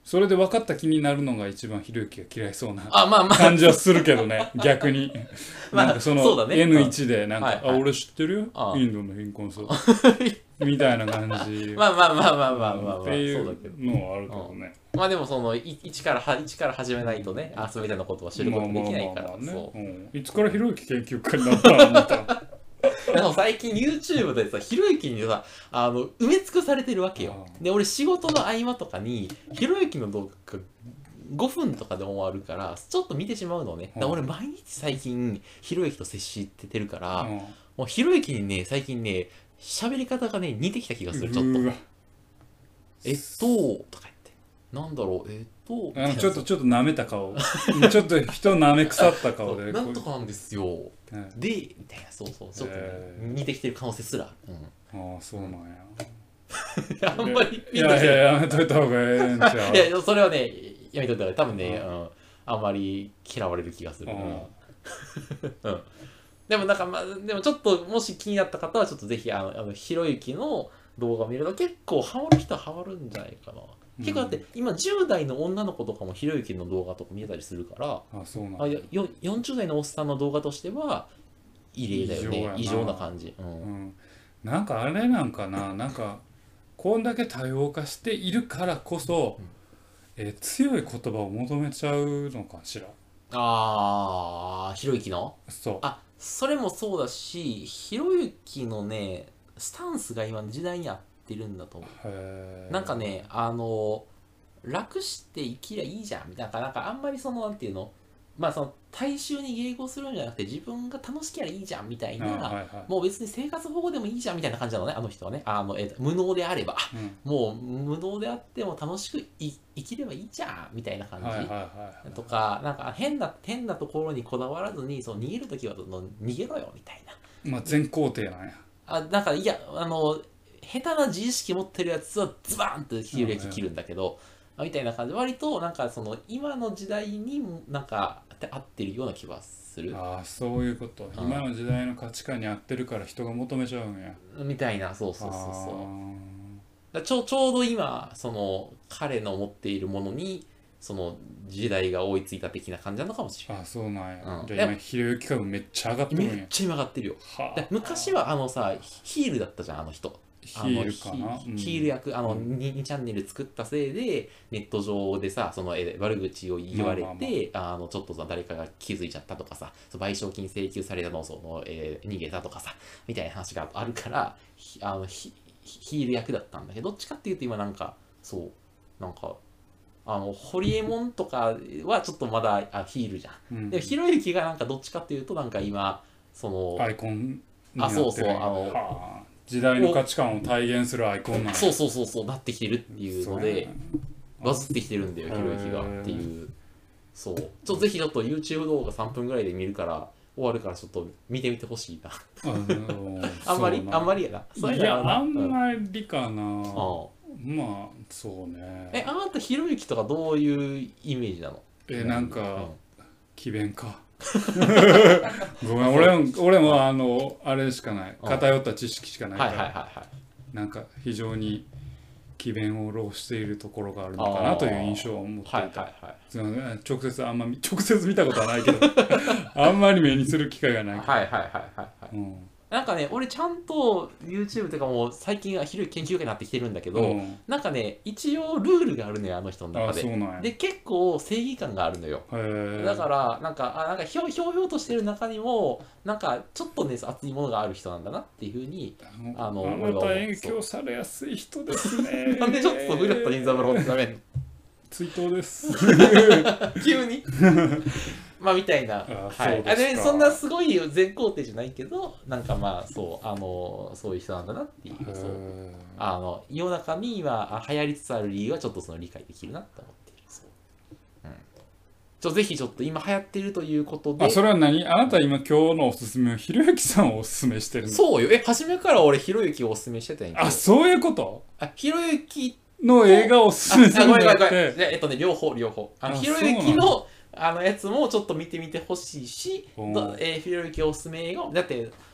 Speaker 1: それで分かった気になるのが一番ひろゆきが嫌いそうな
Speaker 2: あ、まあまあ。
Speaker 1: 感じはするけどね逆に
Speaker 2: まあ
Speaker 1: なんかその
Speaker 2: そうだね
Speaker 1: エヌワン でなんか、
Speaker 2: はいはい
Speaker 1: あ俺知ってるよ
Speaker 2: ああ
Speaker 1: インドの貧困層みたいな感じ
Speaker 2: まあまあまあまあまあまあまあ、
Speaker 1: ってい
Speaker 2: そうだけど。
Speaker 1: うのはあるけどね
Speaker 2: まあでもその、い一からは、一から始めないとね、あ、そうみたいなことは知ることできないから、
Speaker 1: まあまあまあまあ
Speaker 2: そう。
Speaker 1: ねうんいつからひろゆき研究家になったのみたいな
Speaker 2: でも最近 YouTube でさ、ひろゆきにさ、あの、埋め尽くされてるわけよ。
Speaker 1: あ
Speaker 2: で、俺仕事の合間とかに、ひろゆきの動画がごふんとかで終わるから、ちょっと見てしまうのね。だから俺毎日最近、ひろゆきと接しててるから、
Speaker 1: うん
Speaker 2: もうひろゆきにね、最近ね、喋り方がね、似てきた気がする、ちょっと
Speaker 1: う。わ
Speaker 2: えっと、とか言って。なんだろう、えっと、
Speaker 1: あのちょっとちょっと舐めた顔ちょっと人舐め腐った顔で
Speaker 2: なんとかなんですよ。
Speaker 1: こうね
Speaker 2: で、みたいな、そうそう、ちょっとね、
Speaker 1: へー
Speaker 2: 似てきてる可能性すらある。うん
Speaker 1: ああそうなんや
Speaker 2: あんまり
Speaker 1: いやいややめといた方がええんちゃう
Speaker 2: いや、それはね、やめといた方がいい多分ね、うん、あんまり嫌われる気がする。
Speaker 1: うん
Speaker 2: うん。でもなんかまあ、でもちょっともし気になった方はちょっとぜひあの、あのひろゆきの動画を見ると結構ハマる人はハマるんじゃないかな。結構だって今じゅう代の女の子とかもひろゆきの動画とか見えたりするから、
Speaker 1: あそうなん
Speaker 2: あ
Speaker 1: や
Speaker 2: よよんじゅう代のおっさんの動画としては異例だよね。異
Speaker 1: 異常やな
Speaker 2: 常な感じ。う。
Speaker 1: うんんなんかあれなんかななんかこんだけ多様化しているからこそ、
Speaker 2: うん
Speaker 1: えー強い言葉を求めちゃうのかしら
Speaker 2: あー、ひろゆきの
Speaker 1: そう
Speaker 2: あ、それもそうだし、ひろゆきのね、スタンスが今の時代に合ってるんだと思
Speaker 1: へ
Speaker 2: う。なんかね、あの、楽して生きりゃいいじゃんみたいな、なんかあんまりその、なんていうの、まあその、大衆に迎合するんじゃなくて、自分が楽しきゃいいじゃんみたい
Speaker 1: あ
Speaker 2: な、
Speaker 1: はいはい
Speaker 2: もう別に生活保護でもいいじゃんみたいな感じなのね、あの人はね。あの、えっと無能であれば。
Speaker 1: うん
Speaker 2: もう無能であっても楽しくい生きればいいじゃんみたいな感じ。
Speaker 1: はいはいはい
Speaker 2: とか、なんか変な、変なところにこだわらずに、そう逃げるときはの逃げろよみたいな。
Speaker 1: まあ全肯定なんや
Speaker 2: あ、なんか、いや、あの、下手な自意識持ってるやつはズバーンとひろゆき切るんだけど、みたいな感じで、割となんかその今の時代にもなんか合ってるような気はする。
Speaker 1: ああそういうこと
Speaker 2: うん
Speaker 1: 今の時代の価値観に合ってるから人が求めちゃうんや
Speaker 2: みたいな、そうそうそうそう。
Speaker 1: あ
Speaker 2: だちょちょうど今その彼の持っているものにその時代が追いついた的な感じなのかもしれない。
Speaker 1: ーあそうなんや、
Speaker 2: うん
Speaker 1: じゃあ今ひろゆき株めっちゃ上がってるんや
Speaker 2: めっちゃ今上がってるよ。
Speaker 1: は
Speaker 2: で昔はあのさヒールだったじゃんあの人。
Speaker 1: ヒ
Speaker 2: あの
Speaker 1: ールかな
Speaker 2: ヒヒール役あの に, にチャンネル作ったせいでネット上でさそのえ悪口を言われて、
Speaker 1: まあまあま
Speaker 2: あのちょっとさ誰かが気づいちゃったとかさそう賠償金請求されたのをその、えー逃げたとかさみたいな話があるからひあのヒヒール役だったんだけどどっちかっていうと今なんかそうなんかあのホリエモンとかはちょっとまだあヒールじゃん。
Speaker 1: うん
Speaker 2: でひろゆきがなんかどっちかっていうとなんか今その
Speaker 1: アイコンになってるんや
Speaker 2: あそうそうあの
Speaker 1: はあ時代の価値観を体現するアイコンなんや
Speaker 2: そうそうそうそうなってきてるっていうので
Speaker 1: そう
Speaker 2: バズってきてるんだよひろゆきがっていうそうちょっとぜひちょっと YouTube 動画さんぷんぐらいで見るから終わるからちょっと見てみてほしいな
Speaker 1: あの
Speaker 2: あんまり
Speaker 1: そうな
Speaker 2: あんまりやなそう
Speaker 1: い
Speaker 2: いうのはな
Speaker 1: やあん
Speaker 2: うん
Speaker 1: まりかな、
Speaker 2: ああ
Speaker 1: まあそうね
Speaker 2: えあなたひろゆきとかどういうイメージなの
Speaker 1: えなん
Speaker 2: う
Speaker 1: か詭弁かごめん俺も俺もあのあれしかない
Speaker 2: うん
Speaker 1: 偏った知識しかないか
Speaker 2: はいはいはい
Speaker 1: ら
Speaker 2: はい
Speaker 1: なんか非常に詭弁を浪しているところがあるのかなという印象を持ってい
Speaker 2: はいはい
Speaker 1: た
Speaker 2: はい
Speaker 1: すいません直接あんま見直接見たことはないけどあんまり目にする機会がないか
Speaker 2: はいはいはいはいはい
Speaker 1: らうん
Speaker 2: なんかね俺ちゃんと YouTube とかも最近はひろゆき研究会になってきてるんだけど、
Speaker 1: うん
Speaker 2: なんかね一応ルールがあるのよあの人の中で
Speaker 1: あそうなんや
Speaker 2: で結構正義感があるのよ
Speaker 1: へえ
Speaker 2: だからなんかあなんかひょひょうひょうとしてる中にもなんかちょっとね熱いものがある人なんだなっていうふうにあの
Speaker 1: あなた影響されやすい人ですね
Speaker 2: なんでちょっと古田任三郎ってダメ
Speaker 1: 追悼です
Speaker 2: 急にまあみたいな
Speaker 1: あ
Speaker 2: はい
Speaker 1: そうですか
Speaker 2: あでそんなすごい全肯定じゃないけどなんかまあそうあのそういう人なんだなっていうそう
Speaker 1: へ
Speaker 2: あの世の中に今あ流行りつつある理由はちょっとその理解できるなって思っているそう、うん、ちょぜひちょっと今流行っているということで
Speaker 1: ーあそれは何あなた今今日のおすすめはひろゆきさんをおすすめしてるの
Speaker 2: そうよえ初めから俺ひろゆきをおすすめしてたんやけど
Speaker 1: あそういうこと
Speaker 2: あひろゆき
Speaker 1: の映画をおすすめす
Speaker 2: あごめん
Speaker 1: るんじゃなく
Speaker 2: ごめんごめん
Speaker 1: て
Speaker 2: じゃあえっとね両方両方あの
Speaker 1: あ
Speaker 2: ひろゆき
Speaker 1: そうな
Speaker 2: のあのやつもちょっと見てみてほしいし、
Speaker 1: おー
Speaker 2: どえーひろゆきおすすめ映画だって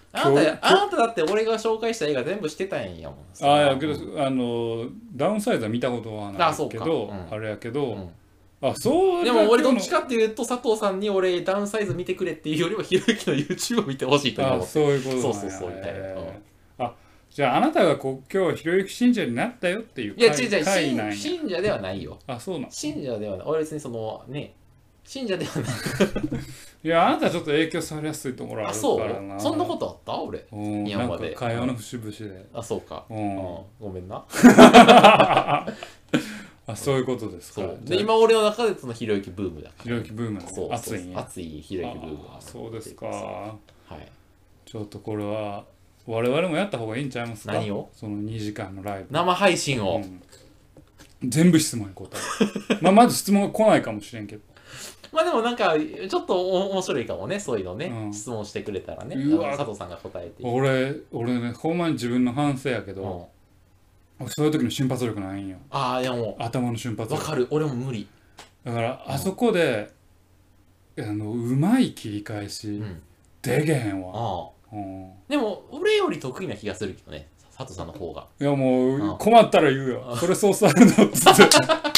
Speaker 2: あなたあなただって俺が紹介した映画全部してたんやもん。
Speaker 1: ああやけどあのダウンサイズは見たことはないけど あ,、うん、あれやけど、うんあそう
Speaker 2: でも俺どっちかっていうと佐藤さんに俺ダウンサイズ見てくれっていうよりはひろゆきの YouTube を見てほしいと思って。
Speaker 1: あそういうこと
Speaker 2: そうそうそうみたいな、うん、
Speaker 1: あじゃああなたがこ今日ひろゆき信者になったよっていう
Speaker 2: いや違う違う信, 信者ではないよ。
Speaker 1: あそうなの
Speaker 2: 信者ではない俺別にそのね信者ではない
Speaker 1: いやあなたちょっと影響されやすいところあるからな。
Speaker 2: あそうそんなことあった俺
Speaker 1: 今まで会話の節々で、
Speaker 2: うん、あそうか、うん、ごめんな
Speaker 1: あそういうことですか。
Speaker 2: そうで今俺の中でそのひろゆきブームだから
Speaker 1: ひろゆきブームそう熱いね
Speaker 2: 熱いひろゆきブーム
Speaker 1: あそうですか。
Speaker 2: はい
Speaker 1: ちょっとこれは我々もやった方がいいんちゃいますか。
Speaker 2: 何を
Speaker 1: そのにじかんのライブ
Speaker 2: 生配信を、
Speaker 1: うん、全部質問に答えるまあまず質問が来ないかもしれんけど
Speaker 2: まあでもなんかちょっと面白いかもねそういうのね、うん、質問してくれたらね佐藤さんが答えて
Speaker 1: 俺俺ねほんまに自分の反省やけど、うん、そういう時の瞬発力ないんよ。
Speaker 2: ああいやもう
Speaker 1: 頭の瞬発力
Speaker 2: わかる俺も無理
Speaker 1: だからあそこで、うん、あのうまい切り返し、うん、でげへんわ。あ
Speaker 2: あ、うん、でも俺より得意な気がするけどね佐藤さんの方が。
Speaker 1: いやもう、うん、困ったら言うよそれそうされるのっつって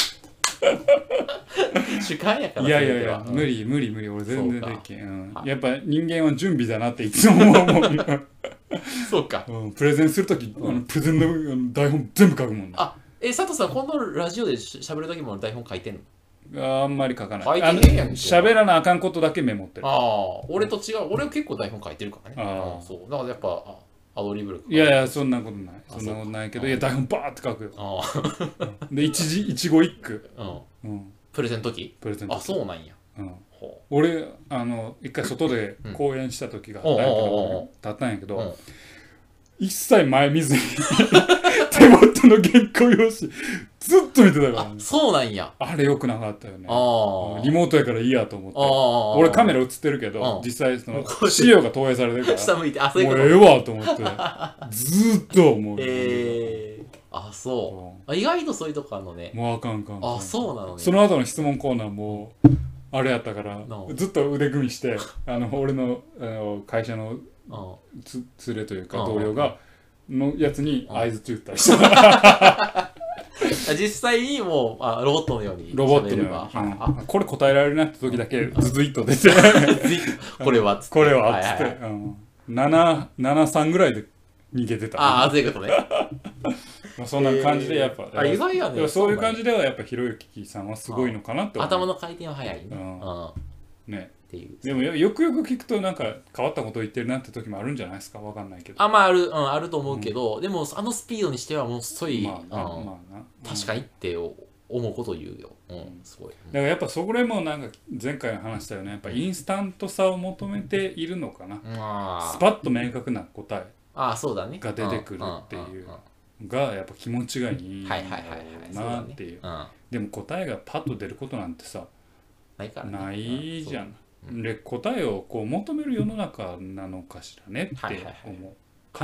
Speaker 2: 主観やから。
Speaker 1: いやいやいや、うん、無理無理無理俺全然できん、うん、やっぱ人間は準備だなっていつも思う
Speaker 2: そうか、
Speaker 1: うん、プレゼンするとき、うん、あのプレゼンの台本全部書くもんね。
Speaker 2: あえ佐藤さんこのラジオでしゃべるときも台本書いてんの。
Speaker 1: あんまり書かない。
Speaker 2: 書いてへんやんけ。
Speaker 1: 喋らなあかんことだけメモってる。
Speaker 2: ああ俺と違う俺結構台本書いてるからね。ああそうだからやっぱアドリブ
Speaker 1: いやいやそんなことないそんなことないけどいや台本バーって書くよ。あで一字一語一句、
Speaker 2: うんうん、プレゼント時
Speaker 1: プレゼント時
Speaker 2: あそうなんや、
Speaker 1: うん、俺あの一回外で講演した時があったんやけど立ったんやけど一切前見ずに手元の原稿用紙ずっと見てたから、ね、
Speaker 2: あそうなんや。
Speaker 1: あれ良くなかったよね。あリモートやからいいやと思ってあ俺カメラ映ってるけど実際その資料が投影されてるから
Speaker 2: 下向いてあそういうこと
Speaker 1: もうええわと思ってずっと思う。
Speaker 2: えー、あそうあ意外とそういうとこあるのね。
Speaker 1: もうあかんかん
Speaker 2: あそうなのね。
Speaker 1: その後の質問コーナーもあれやったからずっと腕組みしてあの俺のあの会社のつ連れというか同僚がのやつに合図中ったりした
Speaker 2: 実際にもうあロボットのように
Speaker 1: ロボットのように、うん、これ答えられるなって時だけズズイッと出て
Speaker 2: これはっつって
Speaker 1: これはっつって、はいはいはいうん、なな、なな、さんぐらいで逃げてた、ね、
Speaker 2: ああそういうことね
Speaker 1: まあそんな感じでやっぱ、
Speaker 2: えー、あ意外やね。
Speaker 1: そういう感じではやっぱひろゆきさんはすごいのかなって思う。
Speaker 2: 頭の回転は早いね、うん
Speaker 1: うん、ね
Speaker 2: っていう。
Speaker 1: でもよくよく聞くとなんか変わったことを言ってるなって時もあるんじゃないですか。わかんないけど
Speaker 2: あまあある、うん、あると思うけど、うん、でもあのスピードにしてはもうすごい、まあまあまあな、確かにって思うことを言うよ、うん、すごい、うん、
Speaker 1: だからやっぱそこでもなんか前回話したよねやっぱインスタントさを求めているのかな、うん、スパッと明確な答え
Speaker 2: あそうだね
Speaker 1: が出てくるっていうがやっぱ気持ちがいいなっていう。でも答えがパッと出ることなんてさ
Speaker 2: ないから、ね、
Speaker 1: ないじゃん。で答えをこう求める世の中なのかしらねって思う、はいはいはい、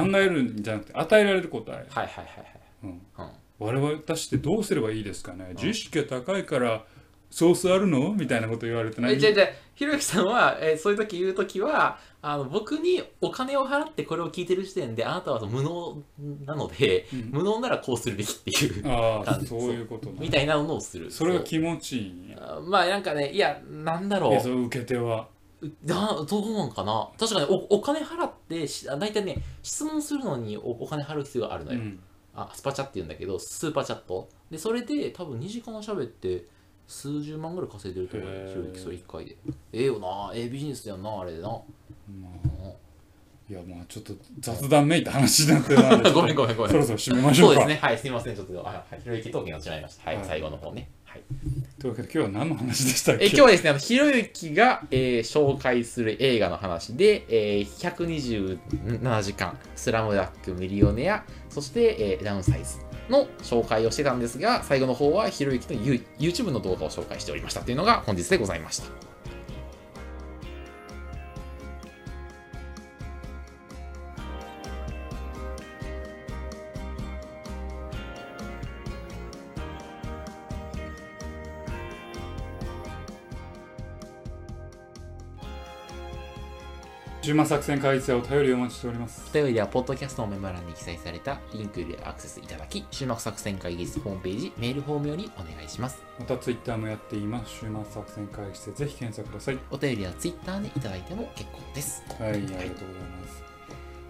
Speaker 1: 考えるんじゃなくて与えられる答え、
Speaker 2: はいはいはいはい
Speaker 1: うんうん、我々たちってどうすればいいですかね、うん、知識が高いからソースあるのみたいなこと言われてない。
Speaker 2: えじゃじゃひろゆきさんは、えー、そういう時言う時はあの僕にお金を払ってこれを聞いてる時点であなたは無能なので、うん、無能ならこうするべきっていう
Speaker 1: 感じそういうこと
Speaker 2: みたいなのをする。
Speaker 1: それが気持ちいいんや。
Speaker 2: まあなんかねいやなんだろう、いや
Speaker 1: その受け手は
Speaker 2: だどうなんかな。確かに お, お金払って大体ね質問するのに お, お金払う必要があるのよ、うん、あスパチャって言うんだけどスーパーチャットでそれで多分にじかん喋って数十万ぐらい稼いでると思うよひろゆきそれいっかいで。ええよなええビジネスやんなあれでな、まあ、
Speaker 1: いやまあちょっと雑談めいた話になってるので
Speaker 2: ごめんごめんごめん
Speaker 1: そろそろ締めましょうか。
Speaker 2: そうですねはいすいませんちょっとあひろゆきトークになってしまいましたはい、はい、最後の方ねはい。
Speaker 1: というわけで今日は何の話でしたっけ。
Speaker 2: え今日はですねあのひろゆきが、えー、紹介する映画の話で、えー、ひゃくにじゅうななじかんスラムダンクミリオネアそして、えー、ダウンサイズの紹介をしてたんですが最後の方はひろゆきの YouTube の動画を紹介しておりましたというのが本日でございました。
Speaker 1: 終末作戦会議でお便りをお待ちしております。
Speaker 2: お便りではポッドキャストのメモ欄に記載されたリンクでアクセスいただき、終末作戦会議室ホームページメールフォームよりお願いします。
Speaker 1: またツイッターもやっています。終末作戦会議室でぜひ検索ください。
Speaker 2: お便りはツイッターでいただいても結構です。
Speaker 1: はい、ありがとうございます。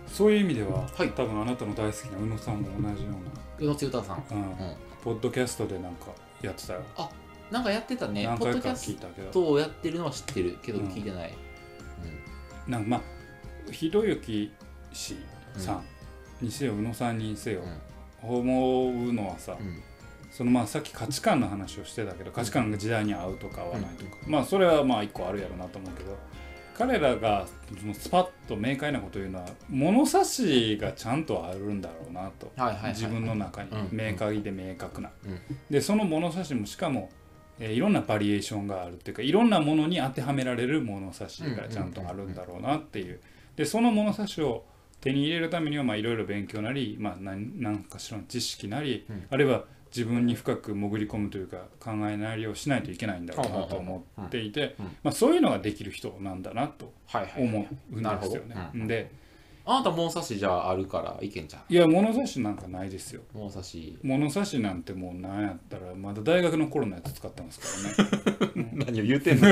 Speaker 1: そういう意味では、
Speaker 2: はい、
Speaker 1: 多分あなたの大好きな宇野さんも同じような。
Speaker 2: 宇野つゆたさん、
Speaker 1: うんうん、ポッドキャストでなんかやってたよ。
Speaker 2: あ、なんかやってたね。
Speaker 1: 何回か聞いたけど。
Speaker 2: ポッドキャストをやってるのは知ってるけど聞いてない。
Speaker 1: うん、なんかまあひろゆき氏さんにせよ、宇野さんにせよ、うん、思うのはさ、うん、そのまあさっき価値観の話をしてたけど、価値観が時代に合うとか合わないとか、うん、まあそれはまあ一個あるやろなと思うけど、彼らがそのスパッと明快なことを言うのは物差しがちゃんとあるんだろうなと、自分の中に明快で明確な、うん、でその物差しもしかもえー、いろんなバリエーションがあるっていうか、いろんなものに当てはめられる物差しがちゃんとあるんだろうなっていう。でその物差しを手に入れるためにはまあいろいろ勉強なり、まあ、何, 何かしらの知識なり、うん、あるいは自分に深く潜り込むというか考えなりをしないといけないんだろうなと思っていて、まあ、そういうのができる人なんだなと思うんですよね。で
Speaker 2: あなた物差しじゃあるからいけんじゃん。
Speaker 1: いや物差しなんかないですよ。
Speaker 2: 物差し
Speaker 1: 物差しなんてもう何やったらまだ大学の頃のやつ使ってますからね、うん、
Speaker 2: 何を言うてんの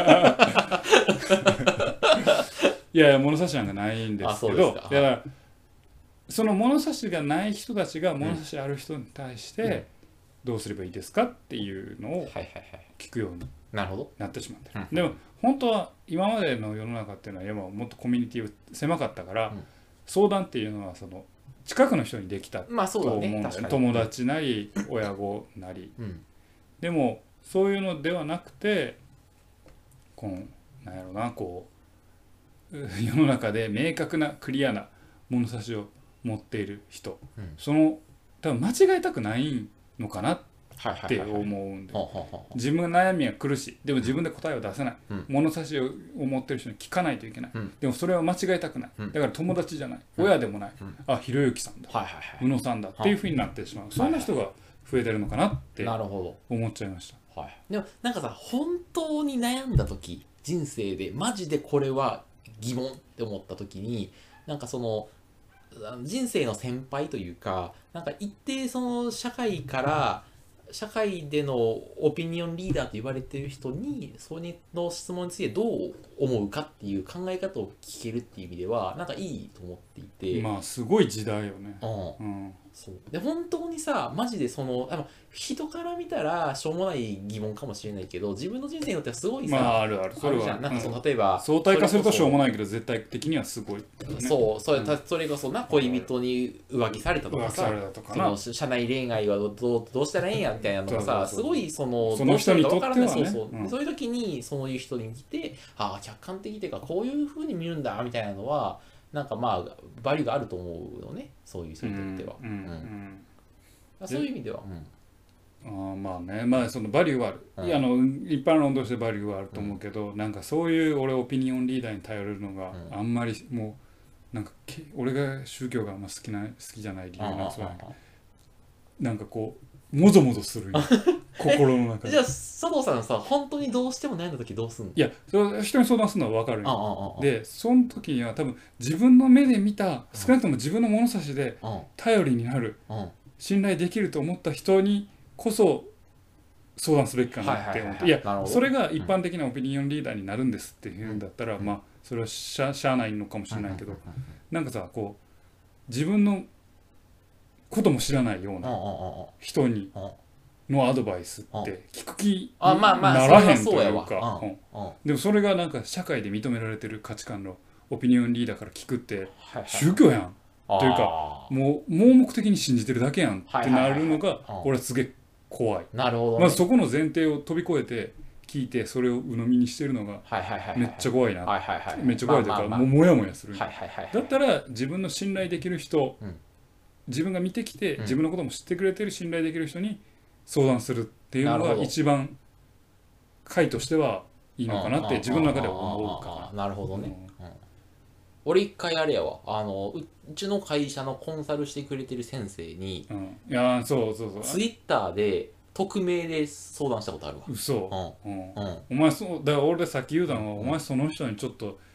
Speaker 1: いやいや物差しなんかないんですけど、だからその物差しがない人たちが物差しある人に対してどうすればいいですかっていうのを聞くようになってしまってる。でも本当は今までの世の中っていうのは今もっとコミュニティ狭かったから、うん、相談っていうのはその近くの人にできたと思うんだよね。友達なり親子なり、うん、でもそういうのではなくて、このなんやろな、こう世の中で明確なクリアな物差しを持っている人、うん、その多分間違えたくないのかなって思うんで、自分の悩みは苦しい、でも自分で答えを出せない、うん、物差しを持ってる人に聞かないといけない、うん、でもそれは間違えたくない、うん、だから友達じゃない、うん、親でもない、うん、あ、ひろゆきさんだ、はいはいはい、宇野さんだっていうふうになってしまう、そんな人が増えてるのかなって思っちゃいました。
Speaker 2: はい、でもなんかさ、本当に悩んだ時、人生でマジでこれは疑問って思った時に、なんかその人生の先輩というか、なんか一定その社会から社会でのオピニオンリーダーと言われている人にそれの質問についてどう思うかっていう考え方を聞けるっていう意味ではなんかいいと思っていて、
Speaker 1: まあすごい時代よね。
Speaker 2: うん、うん、そうで本当にさ、マジでそのあの人から見たらしょうもない疑問かもしれないけど、自分の人生によってはすごいさ、
Speaker 1: まああるある、
Speaker 2: それはあるじゃん。なんかその例えば、
Speaker 1: うん、相対化するとしょうもないけど絶対的にはすごい、ね、
Speaker 2: そうそれ、うん、それこそな、恋人に浮気されたとかさ、その社内恋愛はどうどうしたらいいんやみたいなのがさ、すごいその
Speaker 1: その人にとってはね、
Speaker 2: そうそう、うん、そういう時にそういう人に来て、ああ客観的っていうかこういう風に見るんだみたいなのはなんかまあバリューがあると思うのね、そういう人にとっては、うんうんうん、そういう意味では、
Speaker 1: うん、あまあね、まあそのバリューはある、うん、いやあの一般論としてバリューはあると思うけど、うん、なんかそういう俺オピニオンリーダーに頼るのがあんまりもうなんか俺が宗教があんま好きな好きじゃない理由なんですよね。なんかこうもぞもぞする心の中で。
Speaker 2: じゃあ佐藤さんさ、本当にどうしても悩んだ時どうすんの？
Speaker 1: いや、それ人に相談するのは分かるよ。でその時には多分自分の目で見た、少なくとも自分の物差しで頼りになる、信頼できると思った人にこそ相談すべきかなって思って、いやそれが一般的なオピニオンリーダーになるんですっていうんだったら、まあそれはしゃあないのかもしれないけど、なんかさ、こう自分のことも知らないような人にのアドバイスって聞く気にならへんというか、でもそれがなんか社会で認められてる価値観のオピニオンリーダーから聞くって宗教やんというか、もう盲目的に信じてるだけやんってなるのが俺はすげえ怖い。
Speaker 2: なるほど、
Speaker 1: まあそこの前提を飛び越えて聞いてそれを鵜呑みにしてるのがめっちゃ怖いな、めっちゃ怖いというか、もうモヤモヤする。だったら自分の信頼できる人、自分が見てきて自分のことも知ってくれてる信頼できる人に相談するっていうのが一番回としてはいいのかなって自分の中では思うか
Speaker 2: な。なるほどね、うんうん、俺一回あれやわ、あのうちの会社のコンサルしてくれてる先生に、
Speaker 1: うん、いやそうそうそう
Speaker 2: ツイッターで匿名で相談したことあるわ。
Speaker 1: 嘘、うんうん、お前そうだから俺さっき言うたのは、うん、お前その人にちょっと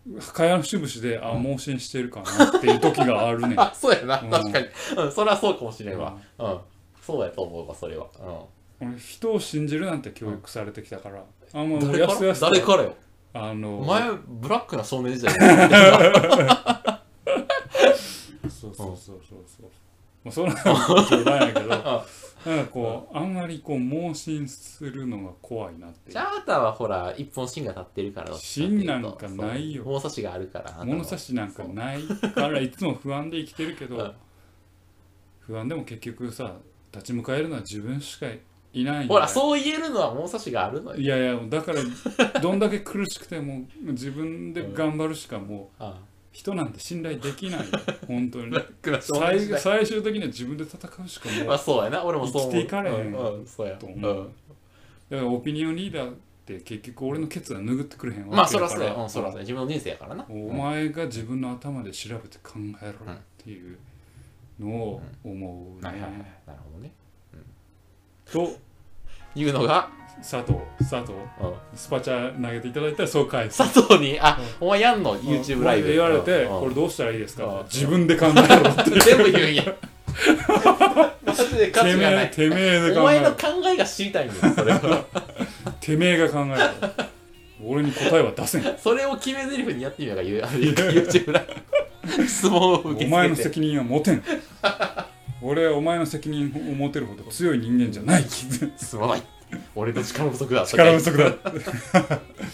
Speaker 1: かや節々であ盲信してるかなっていう時があるねん。
Speaker 2: あ、そうやな、
Speaker 1: うん
Speaker 2: 確かに。うん、それはそうかもしれんわ。うん。そうやと思うわ、それは。う
Speaker 1: 俺人を信じるなんて教育されてきたから、あんま
Speaker 2: ん。
Speaker 1: もう
Speaker 2: 誰から
Speaker 1: やすやすと
Speaker 2: 誰からよ。
Speaker 1: あの
Speaker 2: お前、ブラックな少年時代やった
Speaker 1: そうそうそうそうそう。まあそんなこと冗談やけど、なんかこうあんまりこう盲信するのが怖いなっていう。
Speaker 2: チャーターはほら、一本芯が立ってるから。
Speaker 1: 芯なんかないよ。
Speaker 2: 物差しがあるから。
Speaker 1: 物差しなんかないからいつも不安で生きてるけど、
Speaker 2: うん
Speaker 1: 不安でも結局さ立ち向かえるのは自分しかいないんだよ。
Speaker 2: ほら、そう言えるのは物差しがあるのよ。
Speaker 1: いやいやだからどんだけ苦しくても自分で頑張るしかもう、
Speaker 2: ああ
Speaker 1: 人なんて信頼できないよ本当に
Speaker 2: ブラックな少年
Speaker 1: 最
Speaker 2: 時代。
Speaker 1: 最終的には自分で戦うしかもう
Speaker 2: まあそうやな、俺もそう思う。
Speaker 1: 生きていかれへん
Speaker 2: うんうん、そうや。
Speaker 1: と思う、だからオピニオンリーダーって結局俺のケツは拭ってくれへんわけだから。
Speaker 2: まあそらそうや、うん、そらそうや。自分の人生やからな。
Speaker 1: お前が自分の頭で調べて考えろっていうのを思う
Speaker 2: はいはいはい、
Speaker 1: ね。
Speaker 2: なるほどね。
Speaker 1: と
Speaker 2: いうのが、
Speaker 1: 佐藤佐藤
Speaker 2: うん、
Speaker 1: スパチャ投げていただいたらそう返す。
Speaker 2: 佐藤に、あ、お前やんの YouTube ライブ
Speaker 1: 言われて、
Speaker 2: うん
Speaker 1: これどうしたらいいですか、
Speaker 2: うん
Speaker 1: 自分で考えろって
Speaker 2: 全部言うんや。マジで価
Speaker 1: てめ
Speaker 2: 値がない。
Speaker 1: えてめえで
Speaker 2: お前の
Speaker 1: 考えろ
Speaker 2: 考えが知りたいんだよ、それは。
Speaker 1: てめえが考えろ俺に答えは出せん
Speaker 2: それを決め台詞にやってみようが、YouTube ライブ。質問を受け付けて。
Speaker 1: お前の責任は持てん俺はお前の責任を持てるほど強い人間じゃない
Speaker 2: すまない。俺の力不足だ。
Speaker 1: 力不足だそうそう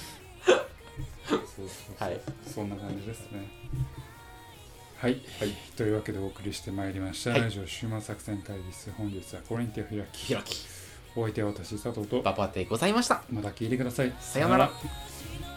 Speaker 1: そう
Speaker 2: はい。
Speaker 1: そんな感じですね。はい、はい、というわけでお送りしてまいりました、
Speaker 2: はい、
Speaker 1: ラジオ終末作戦会議室、本日はこれにて開き
Speaker 2: 開き
Speaker 1: お相手は私佐藤と
Speaker 2: パパでございました。
Speaker 1: また聞いてください。
Speaker 2: さようなら。